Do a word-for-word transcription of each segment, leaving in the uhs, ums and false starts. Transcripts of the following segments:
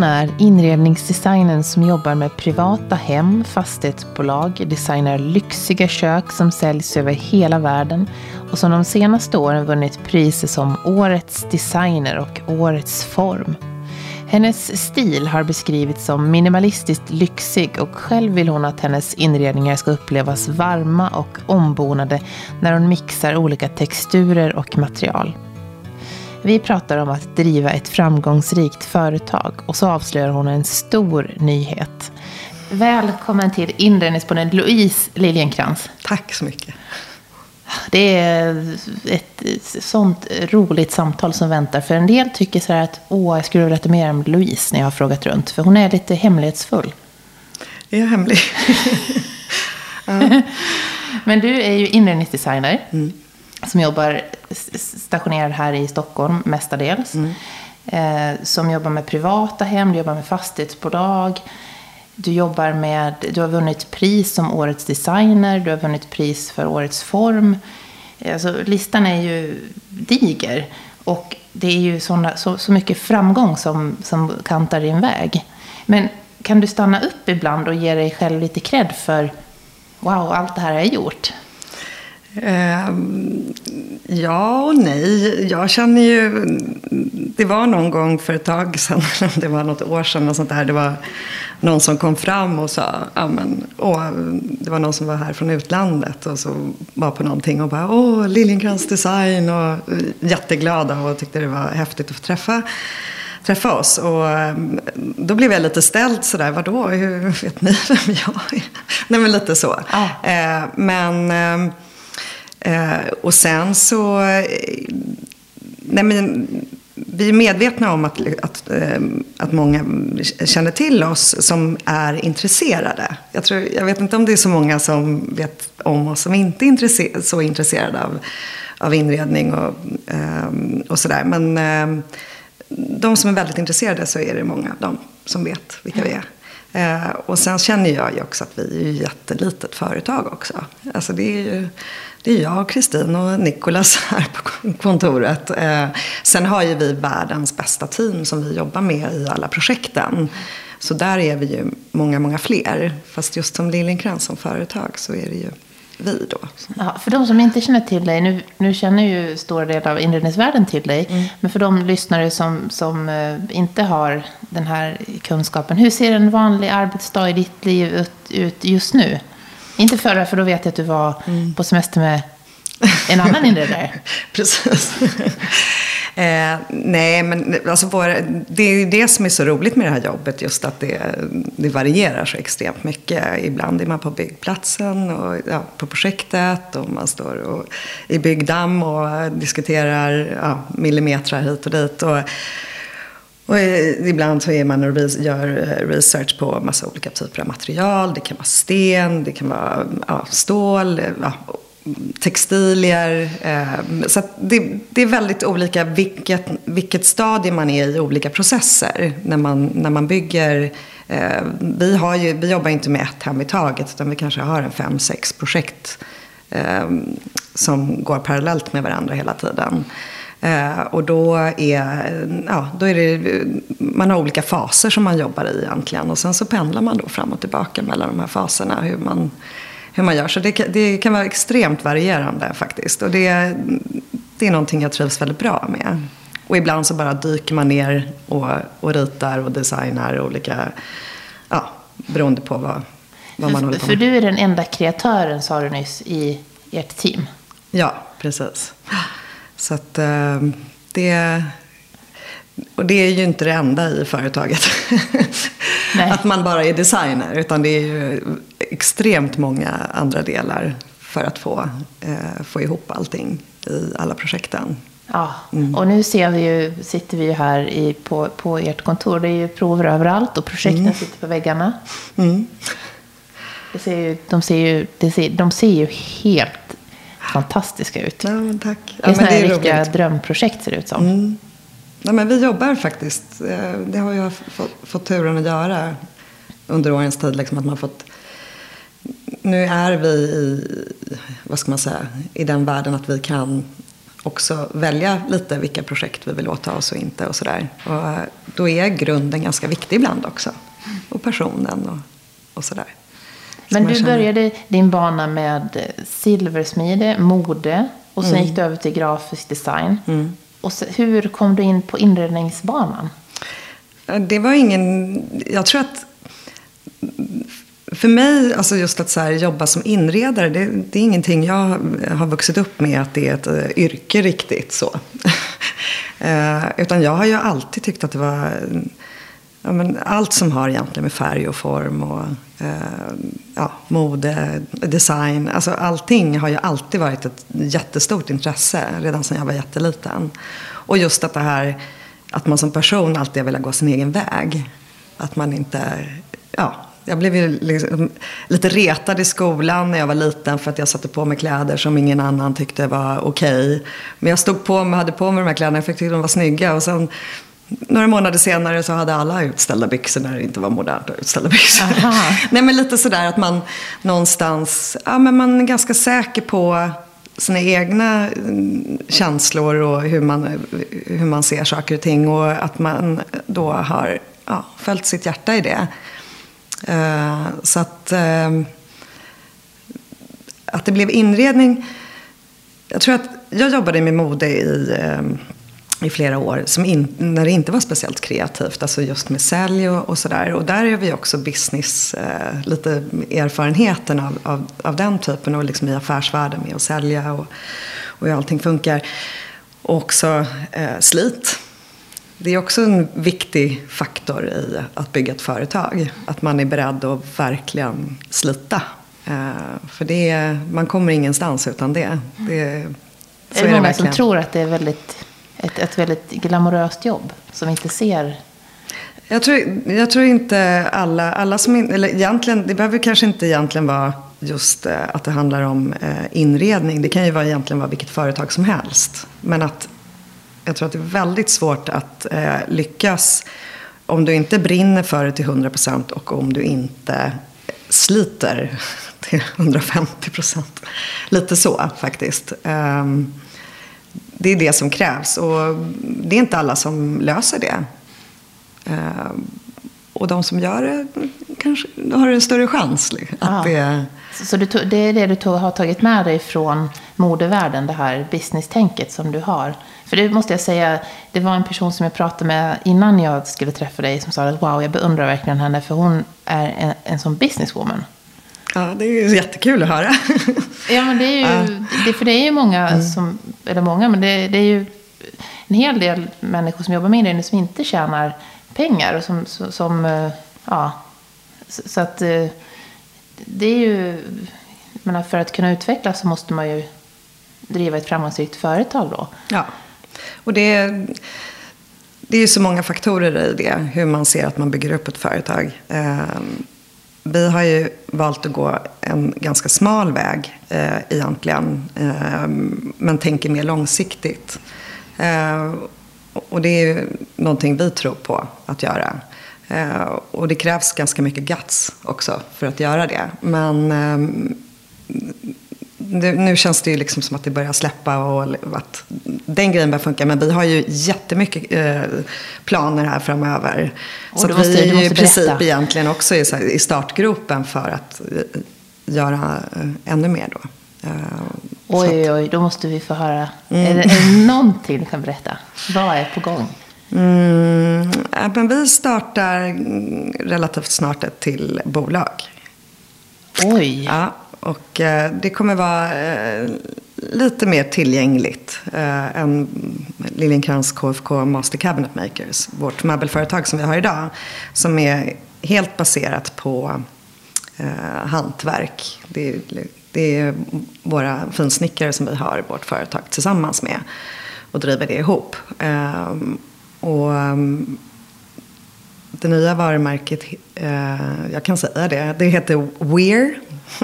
Hon är inredningsdesignern som jobbar med privata hem, fastighetsbolag, designar lyxiga kök som säljs över hela världen och som de senaste åren vunnit priser som Årets designer och Årets form. Hennes stil har beskrivits som minimalistiskt lyxig och själv vill hon att hennes inredningar ska upplevas varma och ombonade när hon mixar olika texturer och material. Vi pratar om att driva ett framgångsrikt företag och så avslöjar hon en stor nyhet. Välkommen till inredningsspodden Louise Liljenkrantz. Tack så mycket. Det är ett sånt roligt samtal som väntar. För en del tycker så här att åh, jag skulle vilja veta mer om Louise när jag har frågat runt. För hon är lite hemlighetsfull. Är jag hemlig? Ja. Men du är ju inredningsdesigner. Mm. Som jobbar stationerad här i Stockholm mestadels. Mm. Eh, som jobbar med privata hem, du jobbar med fastighetsbolag. Du jobbar med, du har vunnit pris som Årets designer, du har vunnit pris för Årets form. Alltså, listan är ju diger. Och det är ju såna, så, så mycket framgång som, som kantar din väg. Men kan du stanna upp ibland och ge dig själv lite cred för wow, allt det här har jag gjort? Um, ja och nej. Jag känner ju, det var någon gång för ett tag sedan, det var något år sedan och sånt där, det var någon som kom fram och sa, ja men, åh, det var någon som var här från utlandet och så var på någonting och bara, åh, Liljenkrantz design, och jätteglada och tyckte det var häftigt att få träffa träffa oss. Och då blev jag lite ställd sådär, vadå, hur vet ni vem jag är? Nej men lite så. Ah. Eh, men eh, och sen så nej men vi är medvetna om att, att, att många känner till oss som är intresserade. Jag, tror, jag vet inte om det är så många som vet om oss som inte är intresser- så intresserade av, av inredning och, och sådär. Men de som är väldigt intresserade, så är det många av dem som vet vilka vi är. Eh, och sen känner jag ju också att vi är ju ett jättelitet företag också. Alltså det är ju det är jag, Kristin och Nicolas här på kontoret. Eh, sen har ju vi världens bästa team som vi jobbar med i alla projekten. Så där är vi ju många, många fler. Fast just som Liljenkrantz som företag så är det ju vi då. Ja, för de som inte känner till dig, nu, nu känner ju stora delar av inredningsvärlden till dig, mm. men för de lyssnare som, som uh, inte har den här kunskapen, hur ser en vanlig arbetsdag i ditt liv ut, ut just nu? Inte förra, för då vet jag att du var mm. på semester med en annan inredare. Precis. Eh, nej, men alltså vår, det är ju det som är så roligt med det här jobbet, just att det, det varierar så extremt mycket. Ibland är man på byggplatsen och ja, på projektet, och man står och, i byggdamm och diskuterar ja, millimeter hit och dit. Och, och ibland så är man och gör research på massa olika typer av material. Det kan vara sten, det kan vara ja, stål, ja, textilier. Eh, så att det, det är väldigt olika vilket, vilket stadie man är i olika processer när man, när man bygger. Eh, vi, har ju, vi jobbar inte med ett hem i taget, utan vi kanske har en fem, sex projekt eh, som går parallellt med varandra hela tiden. Eh, och då är, ja, då är det, man har olika faser som man jobbar i egentligen. Och sen så pendlar man då fram och tillbaka mellan de här faserna, hur man hur man gör. Så det kan, det kan vara extremt varierande faktiskt. Och det, det är någonting jag trivs väldigt bra med. Och ibland så bara dyker man ner och, och ritar och designar olika, ja, beroende på vad, vad man för, håller på med. För du är den enda kreatören, sa du nyss, i ert team. Ja, precis. Så att det... Och det är ju inte det enda i företaget. Att man bara är designer. Utan det är ju extremt många andra delar för att få, eh, få ihop allting i alla projekten. Ja, mm. och nu ser vi ju, sitter vi ju här i, på, på ert kontor. Det är ju prover överallt och projekten mm. sitter på väggarna. Mm. Det ser ju, de, ser ju, det ser, de ser ju helt fantastiska ut. Ja, men tack. Det är ja, sådana här riktiga roligt. Drömprojekt ser det ut som. Mm. Ja, men vi jobbar faktiskt. Det har jag fått, fått turen att göra under årens tid. Liksom att man fått, nu är vi i, vad ska man säga, i den världen att vi kan också välja lite vilka projekt vi vill åta oss och inte och sådär. Och då är grunden ganska viktig ibland också. Och personen och, och sådär. Men så du känner... började din bana med silversmide, mode och sen mm. gick du över till grafisk design. Mm. Och så, hur kom du in på inredningsbanan? Det var ingen... Jag tror att... För mig, alltså just att så här, jobba som inredare, det, det är ingenting jag har vuxit upp med att det är ett uh, yrke riktigt så. uh, utan jag har ju alltid tyckt att det var ja, men allt som har egentligen med färg och form och uh, ja, mode, design, alltså allting har ju alltid varit ett jättestort intresse redan sedan jag var jätteliten. Och just att det här, att man som person alltid vill gå sin egen väg. Att man inte, ja... Jag blev ju liksom lite retad i skolan när jag var liten för att jag satte på mig kläder som ingen annan tyckte var okej. Okay. Men jag stod på mig, hade på mig de här kläderna, jag tyckte de var snygga. Och sen några månader senare så hade alla utställda byxor när det inte var modernt att utställda byxor. Nej, men lite sådär att man någonstans, ja men man är ganska säker på sina egna känslor och hur man, hur man ser saker och ting. Och att man då har ja, följt sitt hjärta i det. Uh, så att uh, att det blev inredning. Jag tror att jag jobbade med mode i, uh, i flera år som in, när det inte var speciellt kreativt, alltså just med sälj och, och sådär. Och där är vi också business, uh, lite erfarenheten av, av, av den typen och liksom i affärsvärlden med att sälja och, och hur allting funkar. Och också uh, slit. Det är också en viktig faktor i att bygga ett företag. Att man är beredd att verkligen slita. För det är, man kommer ingenstans utan det. det är så är det är många det som tror att det är väldigt, ett, ett väldigt glamoröst jobb som inte ser... Jag tror, jag tror inte alla, alla som... In, eller egentligen, det behöver kanske inte egentligen vara just att det handlar om inredning. Det kan ju vara egentligen vara vilket företag som helst. Men att... Jag tror att det är väldigt svårt att eh, lyckas om du inte brinner för det till hundra procent och om du inte sliter till hundrafemtio procent. Lite så faktiskt. Um, det är det som krävs och det är inte alla som löser det. Um, och de som gör det kanske har en större chans. Att det... Så du, det är det du tog, har tagit med dig från modevärlden, det här business-tänket som du har. För det måste jag säga, det var en person som jag pratade med innan jag skulle träffa dig som sa att wow, jag beundrar verkligen henne för hon är en, en sån businesswoman. Ja, det är ju jättekul att höra. Ja, men det är ju, uh. det, för det är ju många mm. som, eller många, men det, det är ju en hel del människor som jobbar med det som inte tjänar pengar och som, som, som ja, så, så att det är ju, men för att kunna utvecklas så måste man ju driva ett framgångsrikt företag då. Ja, och det är, det är ju så många faktorer i det, hur man ser att man bygger upp ett företag. Eh, vi har ju valt att gå en ganska smal väg eh, egentligen, eh, men tänker mer långsiktigt. Eh, och det är ju någonting vi tror på att göra. Eh, och det krävs ganska mycket guts också för att göra det. Men eh, det, nu känns det ju liksom som att det börjar släppa och att den grejen börjar funka. Men vi har ju jättemycket eh, planer här framöver. Och så att måste, vi är ju i princip berätta. Egentligen också i, i startgropen för att eh, göra eh, ännu mer då. Eh, oj, oj, då måste vi få höra. Mm. Är, det, är det någonting du kan berätta? Vad är på gång? Mm, men vi startar relativt snart ett till bolag. Oj. Ja, och eh, det kommer vara eh, lite mer tillgängligt eh, än Liljencrantz K F K Master Cabinet Makers, vårt möbelföretag som vi har idag, som är helt baserat på eh, hantverk. Det är, det är våra finsnickare som vi har i vårt företag tillsammans med och driver det ihop. Eh, och um, det nya varumärket, eh, jag kan säga det, det heter Wear.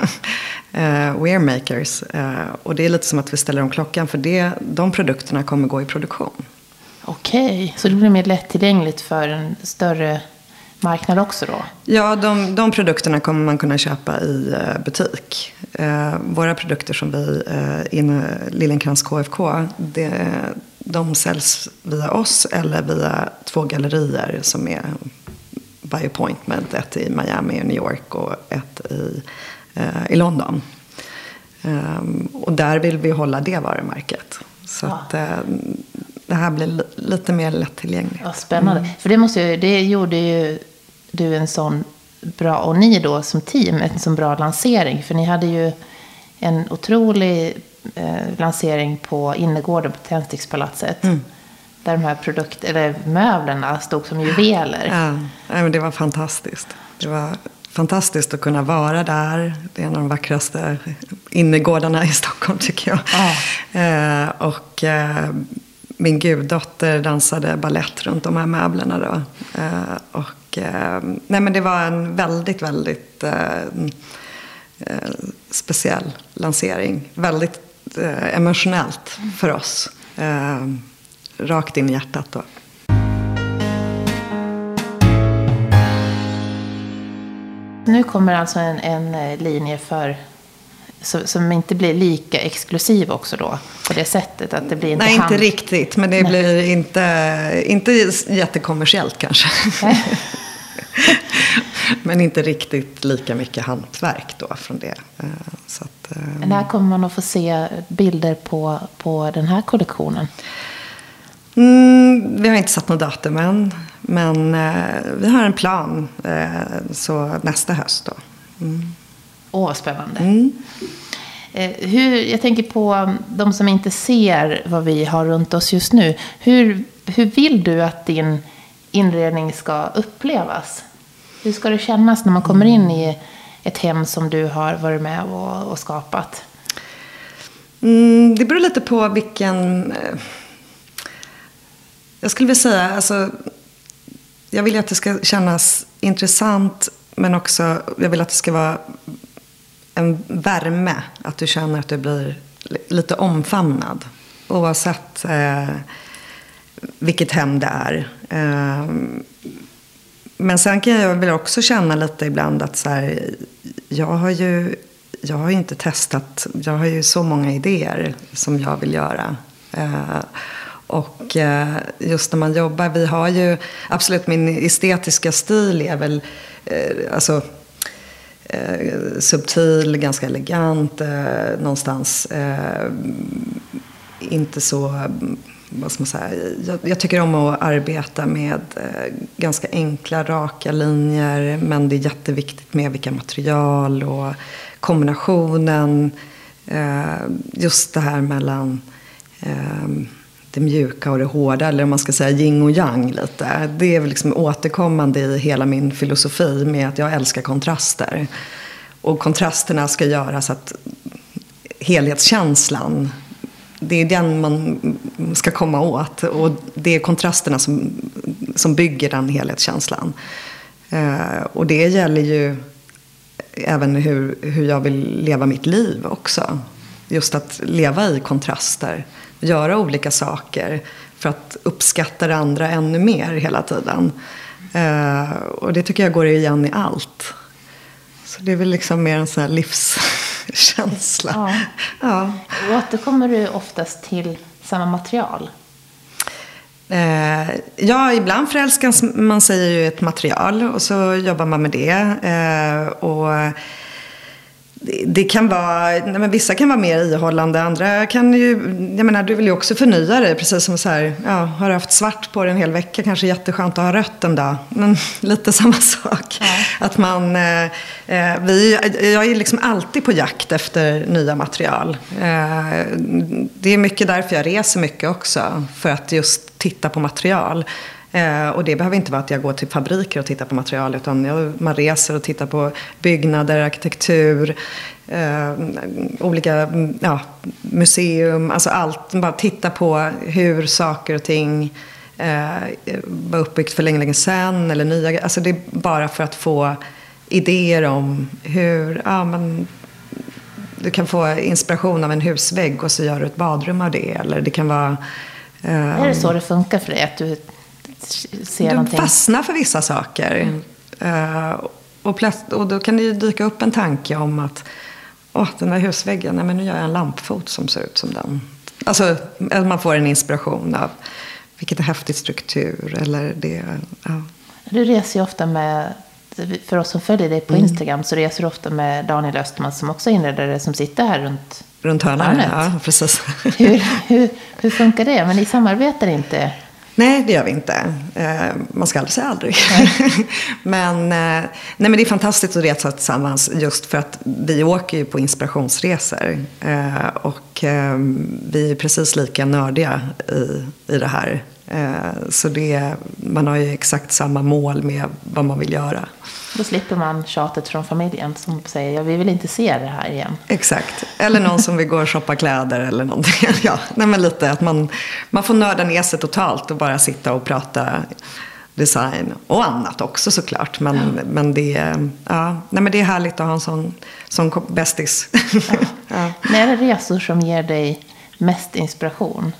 uh, Wear Makers. Uh, och det är lite som att vi ställer om klockan, för det, de produkterna kommer gå i produktion. Okej, så det blir mer lättillgängligt för en större marknad också då? Ja, de, de produkterna kommer man kunna köpa i uh, butik. Uh, våra produkter som vi uh, inom Liljencrantz K F K, det, de säljs via oss eller via två gallerier som är by appointment. Ett i Miami och New York och ett i, uh, i London. Um, och där vill vi hålla det varumärket. Så ja. att uh, det här blir li- lite mer lättillgängligt. Ja, spännande. Mm. För det, måste ju, det gjorde ju du en sån bra, och ni då som team, en sån bra lansering. För ni hade ju en otrolig eh, lansering på innergården på Tändstickspalatset. Mm. Där de här produkt, eller möblerna stod som juveler. Ja, ja men det var fantastiskt. Det var fantastiskt att kunna vara där. Det är en av de vackraste innergårdarna i Stockholm tycker jag. Ja. Eh, och eh, min guddotter dansade ballett runt de här möblerna då. Eh, och eh, nej men det var en väldigt, väldigt eh, eh, speciell lansering. Väldigt eh, emotionellt för oss. Eh, rakt in i hjärtat då. Nu kommer alltså en, en linje för som, som inte blir lika exklusiv också då på det sättet att det blir inte Nej, hand... inte riktigt, men det Nej. blir inte inte jättekommersiellt kanske. Men inte riktigt lika mycket hantverk då från det. Så att, men där kommer man att få se bilder på på den här kollektionen. Mm, vi har inte satt något datum än, men eh, vi har en plan eh, så nästa höst då. Mm. Åh, vad spännande. Mm. Eh, hur, jag tänker på de som inte ser vad vi har runt oss just nu. Hur, hur vill du att din inredning ska upplevas? Hur ska det kännas när man kommer in i ett hem som du har varit med och, och skapat? Mm, det beror lite på vilken... Eh, Jag skulle vilja säga, alltså, jag vill att det ska kännas intressant, men också, jag vill att det ska vara en värme, att du känner att du blir lite omfamnad, oavsett eh, vilket hem det är. Eh, men sen kan jag väl också känna lite ibland att så här, jag har ju, jag har ju inte testat, jag har ju så många idéer som jag vill göra. Eh, Och just när man jobbar, vi har ju absolut min estetiska stil är väl eh, alltså eh, subtil, ganska elegant, eh, någonstans eh, inte så, vad ska man säga, jag, jag tycker om att arbeta med eh, ganska enkla, raka linjer, men det är jätteviktigt med vilka material och kombinationen, eh, just det här mellan eh, det mjuka och det hårda, eller om man ska säga yin och yang lite. Det är väl liksom återkommande i hela min filosofi med att jag älskar kontraster. Och kontrasterna ska göra så att helhetskänslan, det är den man ska komma åt. Och det är kontrasterna som, som bygger den helhetskänslan. Eh, och det gäller ju även hur, hur jag vill leva mitt liv också. Just att leva i kontraster. Göra olika saker för att uppskatta det andra ännu mer hela tiden. Uh, och det tycker jag går igen i allt. Så det är väl liksom mer en sån här livskänsla. Ja. Ja. Återkommer du oftast till samma material? Uh, ja, ibland förälskas man sig ju ett material och så jobbar man med det. Uh, och... Det kan vara, nej men vissa kan vara mer ihållande, andra kan ju, jag menar du vill ju också förnya dig, precis som så här, ja, har du haft svart på dig en hel vecka, kanske jätteskönt att ha rött en dag, men lite samma sak. Ja. Att man, eh, vi, jag är liksom alltid på jakt efter nya material. Eh, det är mycket därför jag reser mycket också, för att just titta på material. Eh, och det behöver inte vara att jag går till fabriker och tittar på material, utan jag, man reser och tittar på byggnader, arkitektur, eh, olika ja, museum, alltså allt. Bara titta på hur saker och ting eh, var uppbyggt för länge, länge sedan eller nya. Alltså det är bara för att få idéer om hur, ja men du kan få inspiration av en husvägg och så gör du ett badrum av det, eller det kan vara... Eh, är det så det funkar för dig, att du ser du någonting. fastnar för vissa saker. Mm. Uh, och, plöts- och då kan det ju dyka upp en tanke om att åh, den där husväggen, nej, men nu gör jag en lampfot som ser ut som den. Alltså, man får en inspiration av vilket häftig struktur. Eller det, ja. Du reser ju ofta med, för oss som följer dig på mm. Instagram, så reser du ofta med Daniel Östman som också är inredare som sitter här runt Runt hörnan, ja, precis. hur, hur, hur funkar det? Men ni samarbetar inte? Nej, det gör vi inte. Eh, man ska aldrig säga aldrig. men, eh, nej, men det är fantastiskt att resa tillsammans just för att vi åker ju på inspirationsresor. Eh, och eh, vi är precis lika nördiga i, i det här. Eh, så det, man har ju exakt samma mål med vad man vill göra. Då slipper man tjatet från familjen som säger, ja, vi vill inte se det här igen. Exakt. Eller någon som vill gå och shoppa kläder eller någonting. Ja, nej, men lite att man, man får nörda ner sig totalt och bara sitta och prata design. Och annat också såklart. Men, ja. men, det, ja, nej, men det är härligt att ha en sån, sån bästis. Ja. Ja. När är det resor som ger dig mest inspiration?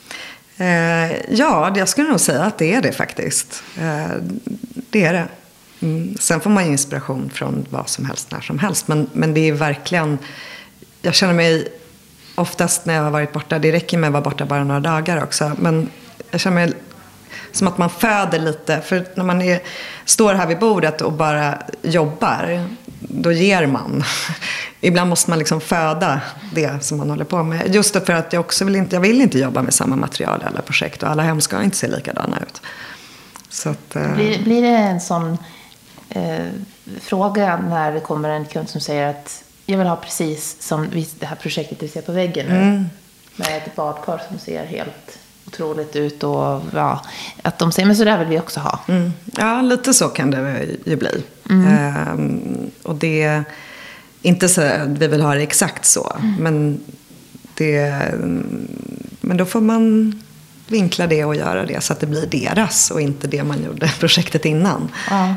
Eh, ja, jag skulle nog säga att det är det faktiskt. Eh, det är det. Mm. Sen får man ju inspiration från vad som helst, när som helst. Men, men det är verkligen... Jag känner mig oftast när jag har varit borta... Det räcker med att vara borta bara några dagar också. Men jag känner mig som att man föder lite. För när man är, står här vid bordet och bara jobbar, då ger man. Ibland måste man liksom föda det som man håller på med. Just för att jag också vill inte, jag vill inte jobba med samma material i alla projekt. Och alla hem ska inte se likadana ut. Så att, eh... blir, blir det en sån eh, fråga när det kommer en kund som säger att jag vill ha precis som det här projektet vi ser på väggen nu. Mm. Med ett badkar som ser helt otroligt ut. Och ja, att de säger, men så där vill vi också ha. Mm. Ja, lite så kan det ju bli. Mm. Eh, och det... Inte så att vi vill ha det exakt så. Mm. Men, det, men då får man vinkla det och göra det så att det blir deras och inte det man gjorde projektet innan. Ja.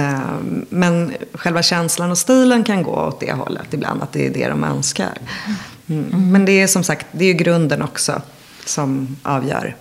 Men själva känslan och stilen kan gå åt det hållet ibland. Att det är det de önskar. Mm. Mm. Men det är som sagt, det är ju grunden också som avgör.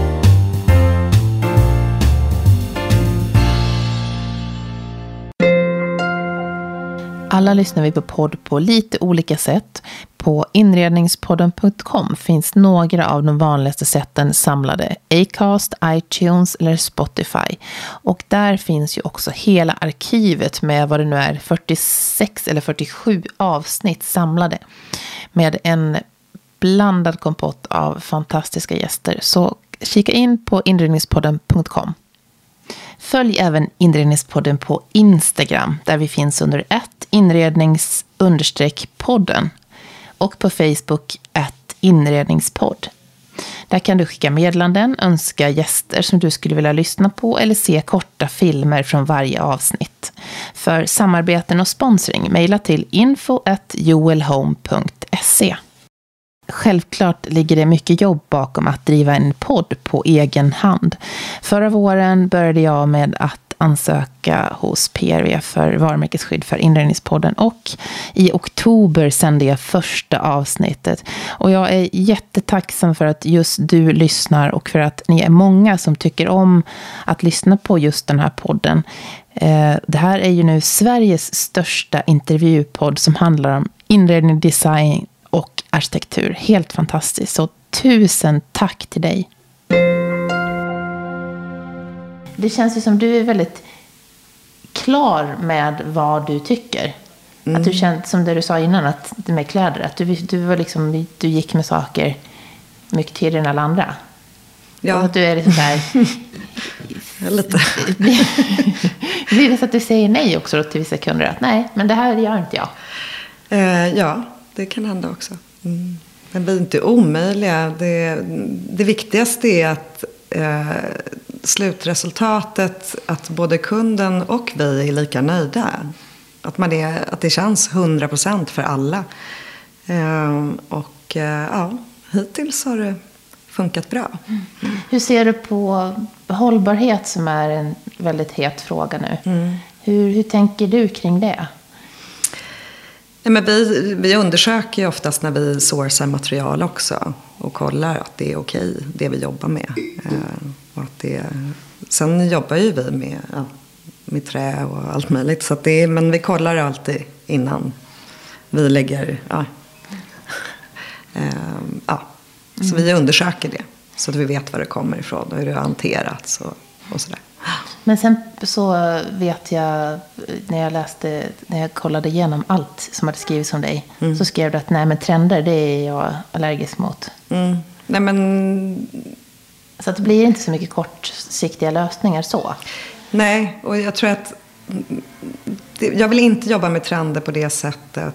Alla lyssnar vi på podd på lite olika sätt. På inredningspodden punkt com finns några av de vanligaste sätten samlade. Acast, iTunes eller Spotify. Och där finns ju också hela arkivet med vad det nu är, fyrtiosex eller fyrtiosju avsnitt samlade. Med en blandad kompott av fantastiska gäster. Så kika in på inredningspodden punkt com. Följ även Inredningspodden på Instagram där vi finns under ett inrednings podden och på Facebook ett inredningspodd. Där kan du skicka meddelanden, önska gäster som du skulle vilja lyssna på eller se korta filmer från varje avsnitt. För samarbeten och sponsring, mejla till info at joelhome punkt se. Självklart ligger det mycket jobb bakom att driva en podd på egen hand. Förra våren började jag med att ansöka hos P R V för varumärkesskydd för inredningspodden och i oktober sände jag första avsnittet. Och jag är jättetacksam för att just du lyssnar och för att ni är många som tycker om att lyssna på just den här podden. Det här är ju nu Sveriges största intervjupodd som handlar om inredning, design och arkitektur. Helt fantastiskt. Så tusen tack till dig. Det känns ju som du är väldigt klar med vad du tycker. Mm. Att du känns som det du sa innan, att med kläder, att du, du var liksom, du gick med saker mycket tidigare än alla andra. Ja. Och att du är liksom så här... Lite. Blir det så att du säger nej också till vissa kunder? Att nej, men det här gör inte jag. Uh, ja, det kan hända också. Mm. Men vi är inte omöjliga. Det, det viktigaste är att eh, slutresultatet, att både kunden och vi är lika nöjda. Att, man är, att det känns hundra procent för alla. Eh, och eh, ja, hittills har det funkat bra. Mm. Hur ser du på hållbarhet som är en väldigt het fråga nu? Mm. Hur, hur tänker du kring det? Nej, men vi, vi undersöker ju oftast när vi sourcar material också och kollar att det är okej, det vi jobbar med. Eh, och att det sen jobbar ju vi med, ja, med trä och allt möjligt. Så att det är, men vi kollar alltid innan vi lägger... Ja, ehm, ja. Så mm. vi undersöker det. Så att vi vet var det kommer ifrån och hur det har hanterats och, och sådär. Men sen så vet jag, när jag läste, när jag kollade igenom allt som hade skrivits om dig, mm. så skrev du att nej, men trender, det är jag allergisk mot. Mm. Nej, men... Så att det blir inte så mycket kortsiktiga lösningar så. Nej, och jag tror att jag vill inte jobba med trender på det sättet.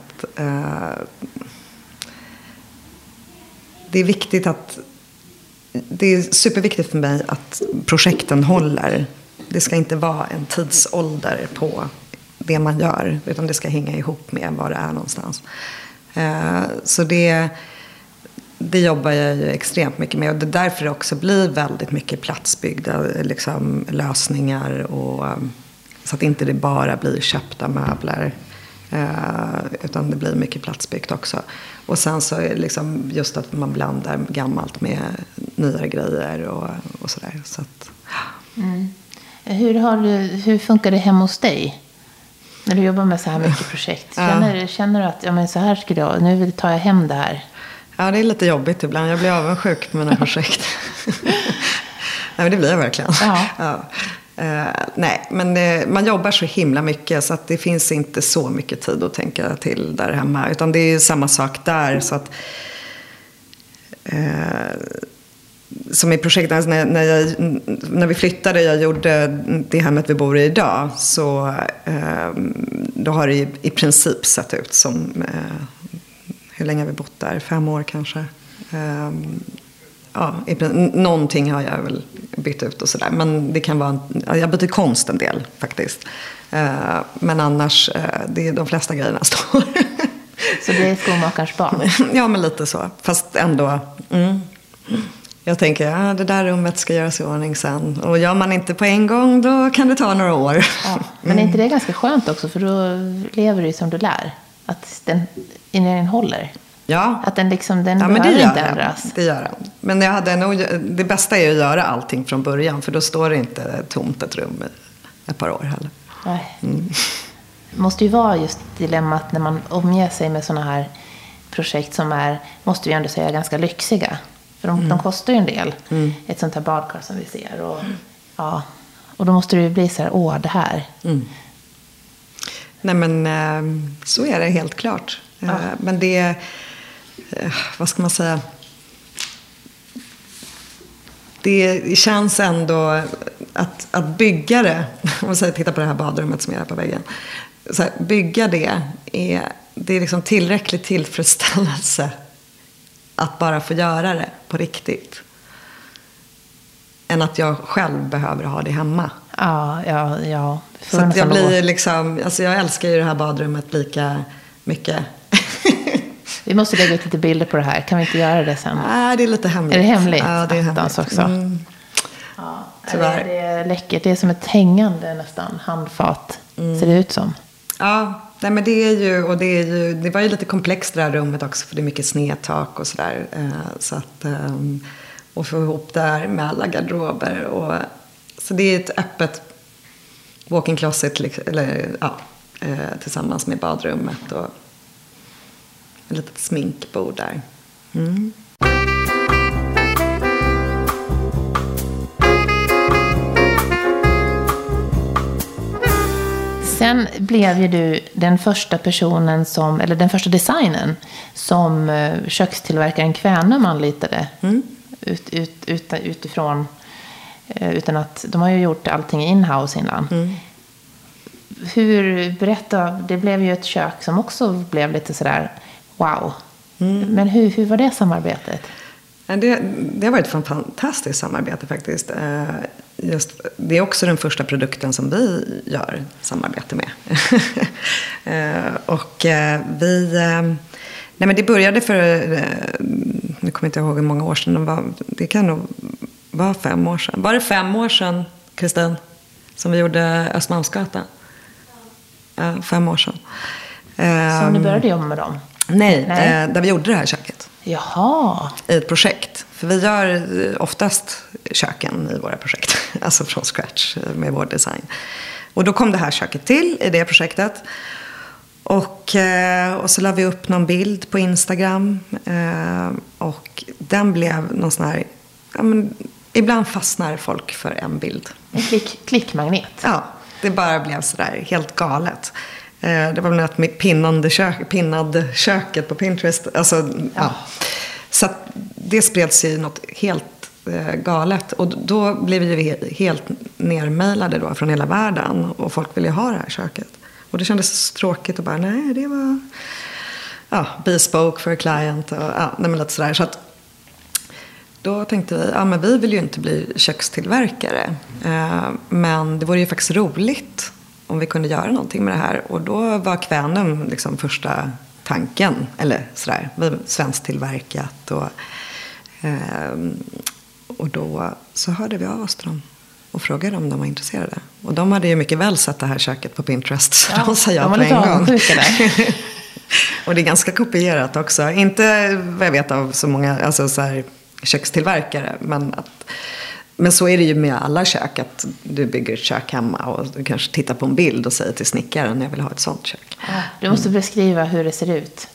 Det är viktigt att det är superviktigt för mig att projekten håller. Det ska inte vara en tidsålder på det man gör, utan det ska hänga ihop med var det är någonstans. Så det, det jobbar jag ju extremt mycket med, och det är därför det också blir väldigt mycket platsbyggda liksom, lösningar, och så att inte det bara blir köpta möbler, utan det blir mycket platsbyggt också. Och sen så är det liksom just att man blandar gammalt med nya grejer och, och sådär. Så att, mm. hur, har du, hur funkar det hemma hos dig? När du jobbar med så här mycket projekt. Känner, ja. känner du att ja, men så här skulle jag, nu tar jag hem det här? Ja, det är lite jobbigt ibland. Jag blir avundsjuk på mina projekt. Nej, men det blir jag verkligen. Ja. Ja. Uh, nej, men det, man jobbar så himla mycket så att det finns inte så mycket tid att tänka till där hemma. Utan det är samma sak där. Så att, uh, som i projektet, alltså när, när, jag, när vi flyttade, jag gjorde det hemmet vi bor i idag, så uh, då har det i, i princip sett ut som, uh, hur länge har vi bott där? Fem år kanske. Uh, Ja, någonting har jag väl bytt ut och sådär. Men det kan vara, jag byter konst en del faktiskt. Men annars, det är de flesta grejerna står. Så det är skomakarens barn? Ja, men lite så. Fast ändå, mm. Jag tänker, ja, det där rummet ska göras i ordning sen. Och gör man inte på en gång, då kan det ta några år. Ja, men är inte det ganska skönt också? För då lever du som du lär. Att den inredningen håller. Ja. Att den liksom, den ja, behöver men det inte gör ändras. Den. Det gör den. Men jag hade nog, det bästa är att göra allting från början. För då står det inte tomt ett rum i ett par år heller. Nej. Mm. Det måste ju vara just dilemmat när man omger sig med sådana här projekt som är, måste vi ändå säga, ganska lyxiga. För de, mm. de kostar ju en del. Mm. Ett sånt här badkar som vi ser. Och, ja, och då måste det ju bli så här, åh, det här. Mm. Nej, men så är det helt klart. Ja. Men det, vad ska man säga, det känns ändå att, att bygga det, om man säger, titta på det här badrummet som är här på väggen, så här, bygga det är, det är liksom tillräckligt tillfredsställelse att bara få göra det på riktigt, än att jag själv behöver ha det hemma. Ja, ja, ja. Så att jag blir liksom, alltså jag älskar ju det här badrummet lika mycket. Vi måste lägga ut lite bilder på det här. Kan vi inte göra det sen? Nej, det är lite hemligt. Är det hemligt? Ja, det är hemligt. Också. Mm. Ja, tyvärr. Det är läckert. Det är som ett hängande nästan handfat. Mm. Ser det ut som. Ja, nej, men det är ju, och det är ju, det var ju lite komplext det här rummet också, för det är mycket snedtak och sådär. Så att, och få ihop det här med alla garderober. Och, så det är ett öppet walk-in closet, eller, ja, tillsammans med badrummet och ett litet sminkbord där. Mm. Sen blev ju du den första personen som, eller den första designen som kökstillverkaren Kvänum anlitade. Mm. Ut, ut, ut, utifrån, utan att de har ju gjort allting in-house innan. Mm. Hur, berätta, det blev ju ett kök som också blev lite sådär wow. Mm. Men hur, hur var det samarbetet? Det, det har varit ett fantastiskt samarbete faktiskt. Just, det är också den första produkten som vi gör samarbete med. Och vi... Nej, men det började för... Nu kommer jag inte ihåg hur många år sedan det var. Det kan nog vara fem år sedan. Var det fem år sedan, Kristin, som vi gjorde Östermalmsgatan? Ja, fem år sedan. Så ni började jobba med dem? Nej, Nej. där vi gjorde det här köket. Jaha. I ett projekt För vi gör oftast köken i våra projekt. Alltså från scratch med vår design. Och då kom det här köket till i det projektet. Och, och så la vi upp någon bild på Instagram. Och den blev någon sån här... Ja, men, ibland fastnar folk för en bild. En klick, klickmagnet. Ja, det bara blev sådär helt galet. Det var väl något med pinnande kök, pinnad köket på Pinterest. Alltså, ja. Ja. Så att det spreds ju något helt eh, galet. Och då blev vi helt nermailade då från hela världen. Och folk ville ha det här köket. Och det kändes tråkigt och bara, nej, det var ja, bespoke för client. Och, ja, nej, men lite sådär. Så att då tänkte vi, ja men vi vill ju inte bli kökstillverkare. Eh, men det vore ju faktiskt roligt om vi kunde göra någonting med det här. Och då var Kvänum liksom första tanken. Eller sådär, vi svenskt tillverkat. Och, eh, och då så hörde vi av oss till dem. Och frågade om de var intresserade. Och de hade ju mycket väl sett det här köket på Pinterest. Så ja, de sa ja på en gång. Och det är ganska kopierat också. Inte vad jag vet av så många alltså så här, kökstillverkare. Men, att, men så är det ju med alla kök. Att du bygger ett kök hemma. Och du kanske tittar på en bild och säger till snickaren, jag vill ha ett sånt kök. Ja, du måste beskriva hur det ser ut.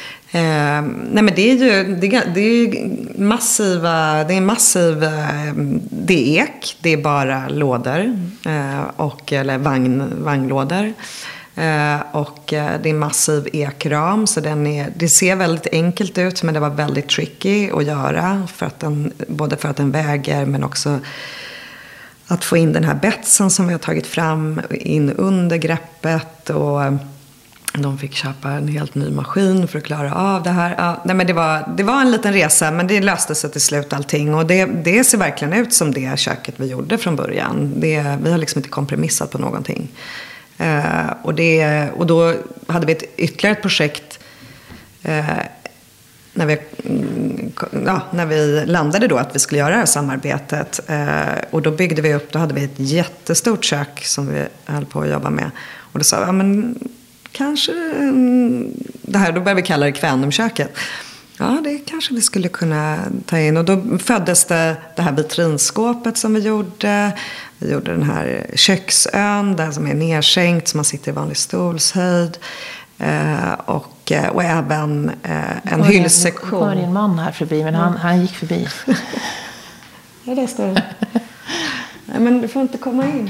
Eh, nej men det är ju det är, det är massiva det är massiv eh, det är ek, det är bara lådor eh, och eller vagn vagnlådor eh, och eh, det är massiv ekram, så den är, det ser väldigt enkelt ut, men det var väldigt tricky att göra för att den, både för att den väger men också att få in den här betsen som vi har tagit fram in under greppet. Och de fick köpa en helt ny maskin för att klara av det här. Ja, nej men det, var, det var en liten resa, men det löste sig till slut allting. Och det, det ser verkligen ut som det köket vi gjorde från början. Det, vi har liksom inte kompromissat på någonting. Uh, och, det, och då hade vi ett ytterligare ett projekt uh, när, vi, ja, när vi landade då att vi skulle göra det här samarbetet. Uh, och då byggde vi upp, då hade vi ett jättestort kök som vi höll på att jobba med. Och då sa vi, ja men... kanske det här, då började vi kalla det Kvänumköket. Ja, det kanske vi skulle kunna ta in. Och då föddes det, det här vitrinskåpet som vi gjorde. Vi gjorde den här köksön där som är nedsänkt, så man sitter i vanlig stolshöjd. Eh, och, och även eh, en hyllsektion. Nu kommer din man här förbi, men han, han gick förbi. Ja, det står det. Nej, men du får inte komma in.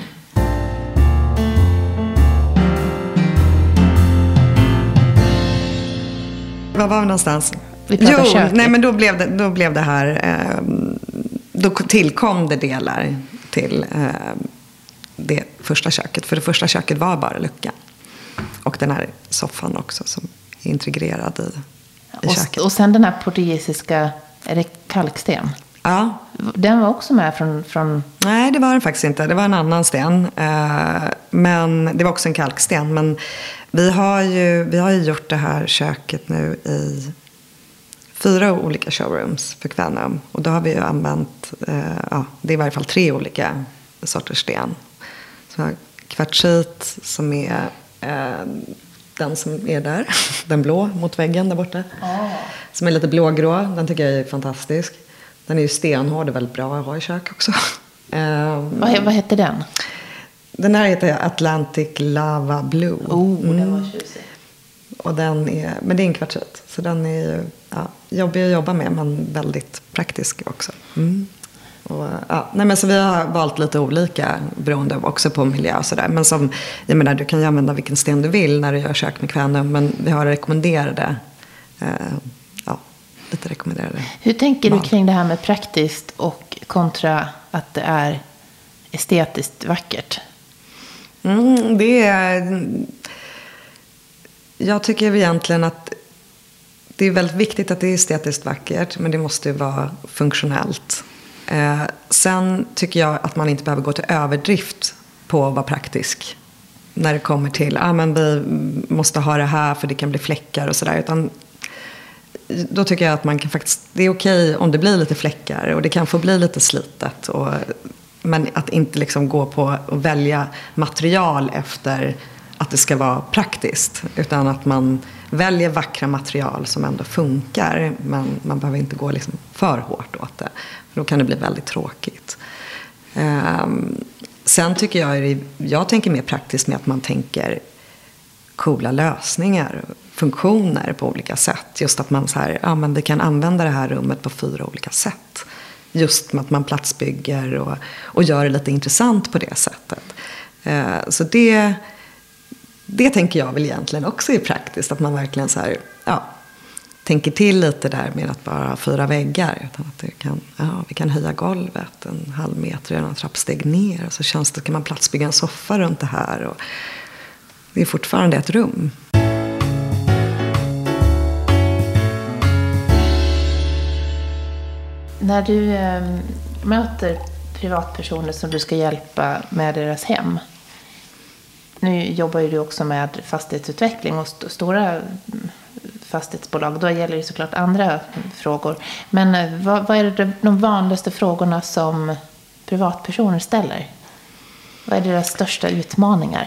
Var var vi någonstans? Vi pratar jo, köket. Nej, men då blev det, då blev det här... Eh, då tillkom det delar till eh, det första köket. För det första köket var bara luckan. Och den här soffan också som är integrerad i, i och, köket. Och sen den här portugisiska... Är det kalksten? Ja. Den var också med från... från... Nej, det var den faktiskt inte. Det var en annan sten. Eh, men det var också en kalksten. Men vi har ju, vi har ju gjort det här köket nu i fyra olika showrooms för Kvänum. Och då har vi ju använt, eh, ja, det är i varje fall tre olika sorters sten. Så kvartsit som är eh, den som är där. Den blå mot väggen där borta. Oh. Som är lite blågrå. Den tycker jag är fantastisk. Den är ju stenhård och väldigt bra att ha i kök också. um, vad, vad heter den? Den här heter Atlantic Lava Blue. Oh, mm. Den var tjusig. Och den är, men det är en kvartsit. Så den är ju ja, jobbig att jobba med, men väldigt praktisk också. Mm. Och, ja, nej, men så vi har valt lite olika beroende också på miljö och sådär. Men som, jag menar, du kan ju använda vilken sten du vill när du gör kök med Kvänum. Men vi har rekommenderade eh, ja, lite rekommenderade. Hur tänker val. Du kring det här med praktiskt och kontra att det är estetiskt vackert? Mm, det är... Jag tycker egentligen att det är väldigt viktigt att det är estetiskt vackert, men det måste ju vara funktionellt. Eh, sen tycker jag att man inte behöver gå till överdrift på att vara praktisk. När det kommer till, ah, men vi måste ha det här för det kan bli fläckar och sådär. Utan då tycker jag att man kan faktiskt, det är okej om det blir lite fläckar och det kan få bli lite slitet. Och, men att inte liksom gå på och välja material efter att det ska vara praktiskt. Utan att man väljer vackra material som ändå funkar. Men man behöver inte gå liksom för hårt åt det. För då kan det bli väldigt tråkigt. Um, sen tycker jag, jag tänker mer praktiskt med att man tänker coola lösningar, funktioner på olika sätt. Just att man så här, ja men vi kan använda det här rummet på fyra olika sätt. Just med att man platsbygger och, och gör det lite intressant på det sättet. Uh, så det, det tänker jag väl egentligen också är praktiskt. Att man verkligen så här, ja, tänker till lite där med att bara ha fyra väggar. Utan att det kan, ja, vi kan höja golvet en halv meter eller en trappsteg ner. Och så känns det, kan man platsbygga en soffa runt det här. Och det är fortfarande ett rum. När du eh, möter privatpersoner som du ska hjälpa med deras hem. Nu jobbar ju du också med fastighetsutveckling och st- stora fastighetsbolag. Då gäller det såklart andra frågor. Men eh, vad, vad är det, de vanligaste frågorna som privatpersoner ställer? Vad är deras största utmaningar?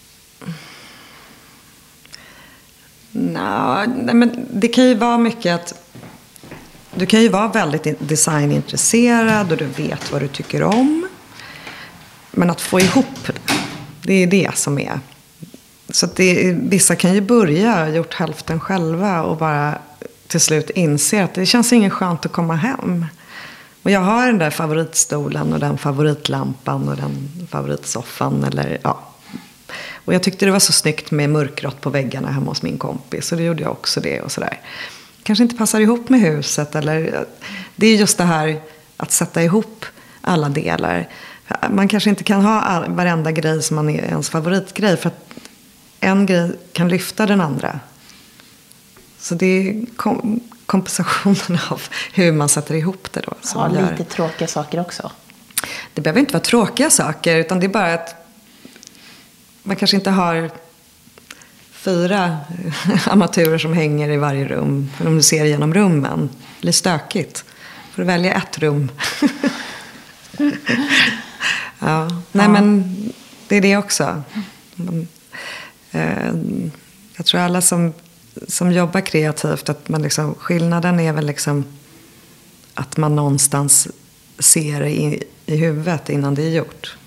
Nå, nej, men det kan ju vara mycket att du kan ju vara väldigt designintresserad och du vet vad du tycker om. Men att få ihop det, det är det som är. Så att det, vissa kan ju börja, gjort hälften själva och bara till slut inser att det känns ingen skönt att komma hem. Och jag har den där favoritstolen och den favoritlampan och den favoritsoffan eller ja. Och jag tyckte det var så snyggt med mörkgrått på väggarna hemma hos min kompis. Så då gjorde jag också det och sådär. Kanske inte passar ihop med huset. Eller, det är just det här att sätta ihop alla delar. Man kanske inte kan ha all, varenda grej som man är ens favoritgrej. För att en grej kan lyfta den andra. Så det är kom, kompensationen av hur man sätter ihop det då. Som Ja, gör. lite tråkiga saker också. Det behöver inte vara tråkiga saker. Utan det är bara att man kanske inte har fyra armaturer som hänger i varje rum. För om du ser genom rummen. Det blir stökigt. Får du välja ett rum. ja. Nej ja. men det är det också. Man, eh, jag tror alla som, som jobbar kreativt. Att man liksom, skillnaden är väl liksom att man någonstans ser i, i huvudet innan det är gjort.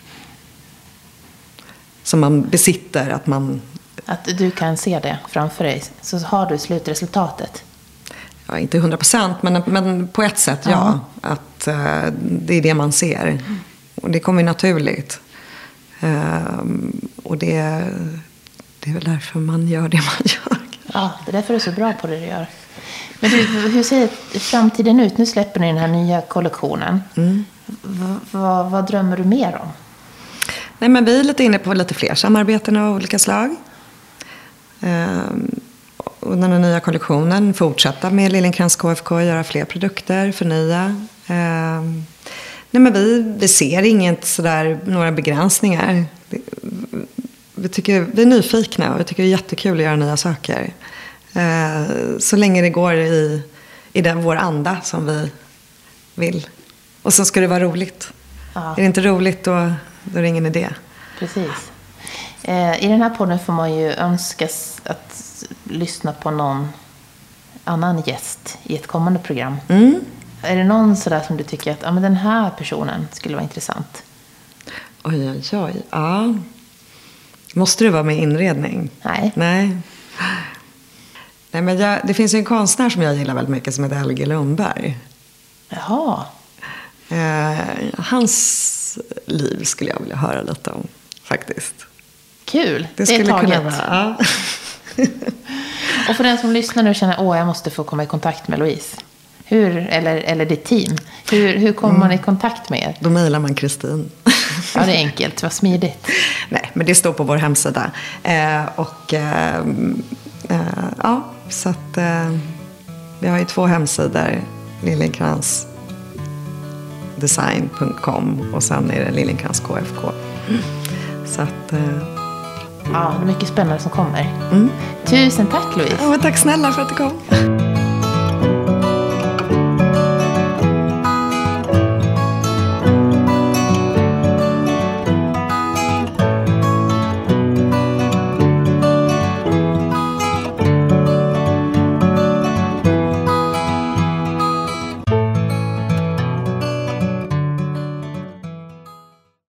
Som man besitter, att man... Att du kan se det framför dig, så har du slutresultatet. Ja, inte hundra procent, men, men på ett sätt ja. ja att uh, det är det man ser. Mm. Och det kommer naturligt. Uh, och det, det är väl därför man gör det man gör. Ja, det är därför du är så bra på det du gör. Men du, hur ser framtiden ut? Nu släpper ni den här nya kollektionen. Mm. V- v- vad drömmer du mer om? Nej, men vi är lite inne på lite fler samarbeten av olika slag. Um, och den här nya kollektionen fortsätta med Liljencrantz K F K, göra fler produkter, förnya. Um, nej, men vi, vi ser inget sådär, några begränsningar. Vi, vi, tycker, vi är nyfikna och vi tycker det är jättekul att göra nya saker. Uh, så länge det går i, i den, vår anda som vi vill. Och så ska det vara roligt. Ja. Är det inte roligt då, då är det ingen idé. Precis. Eh, I den här podden får man ju önska att lyssna på någon annan gäst i ett kommande program. Mm. Är det någon sådär som du tycker att ja, men den här personen skulle vara intressant? Oj, oj, oj. Ja. Måste det vara med inredning? Nej. Nej. Nej, men jag, det finns ju en konstnär som jag gillar väldigt mycket som heter L G Lundberg. Jaha. Eh, hans liv skulle jag vilja höra lite om, faktiskt. Kul, det, det är taget. Kunna vara, ja. Och för den som lyssnar nu och känner åh, jag måste få komma i kontakt med Louise. Hur, eller, eller ditt team. Hur, hur kommer mm. man i kontakt med er? Då mejlar man Kristin. Ja, det är enkelt, vad smidigt. Nej, men det står på vår hemsida. Eh, och eh, eh, ja, så att eh, vi har ju två hemsidor. Liljencrantz design punkt com och sen är det Liljencrantz K F K. Mm. Så att... Eh... Ja, det är mycket spännande som kommer. Mm. Tusen tack, Louise. Ja, men tack snälla för att du kom.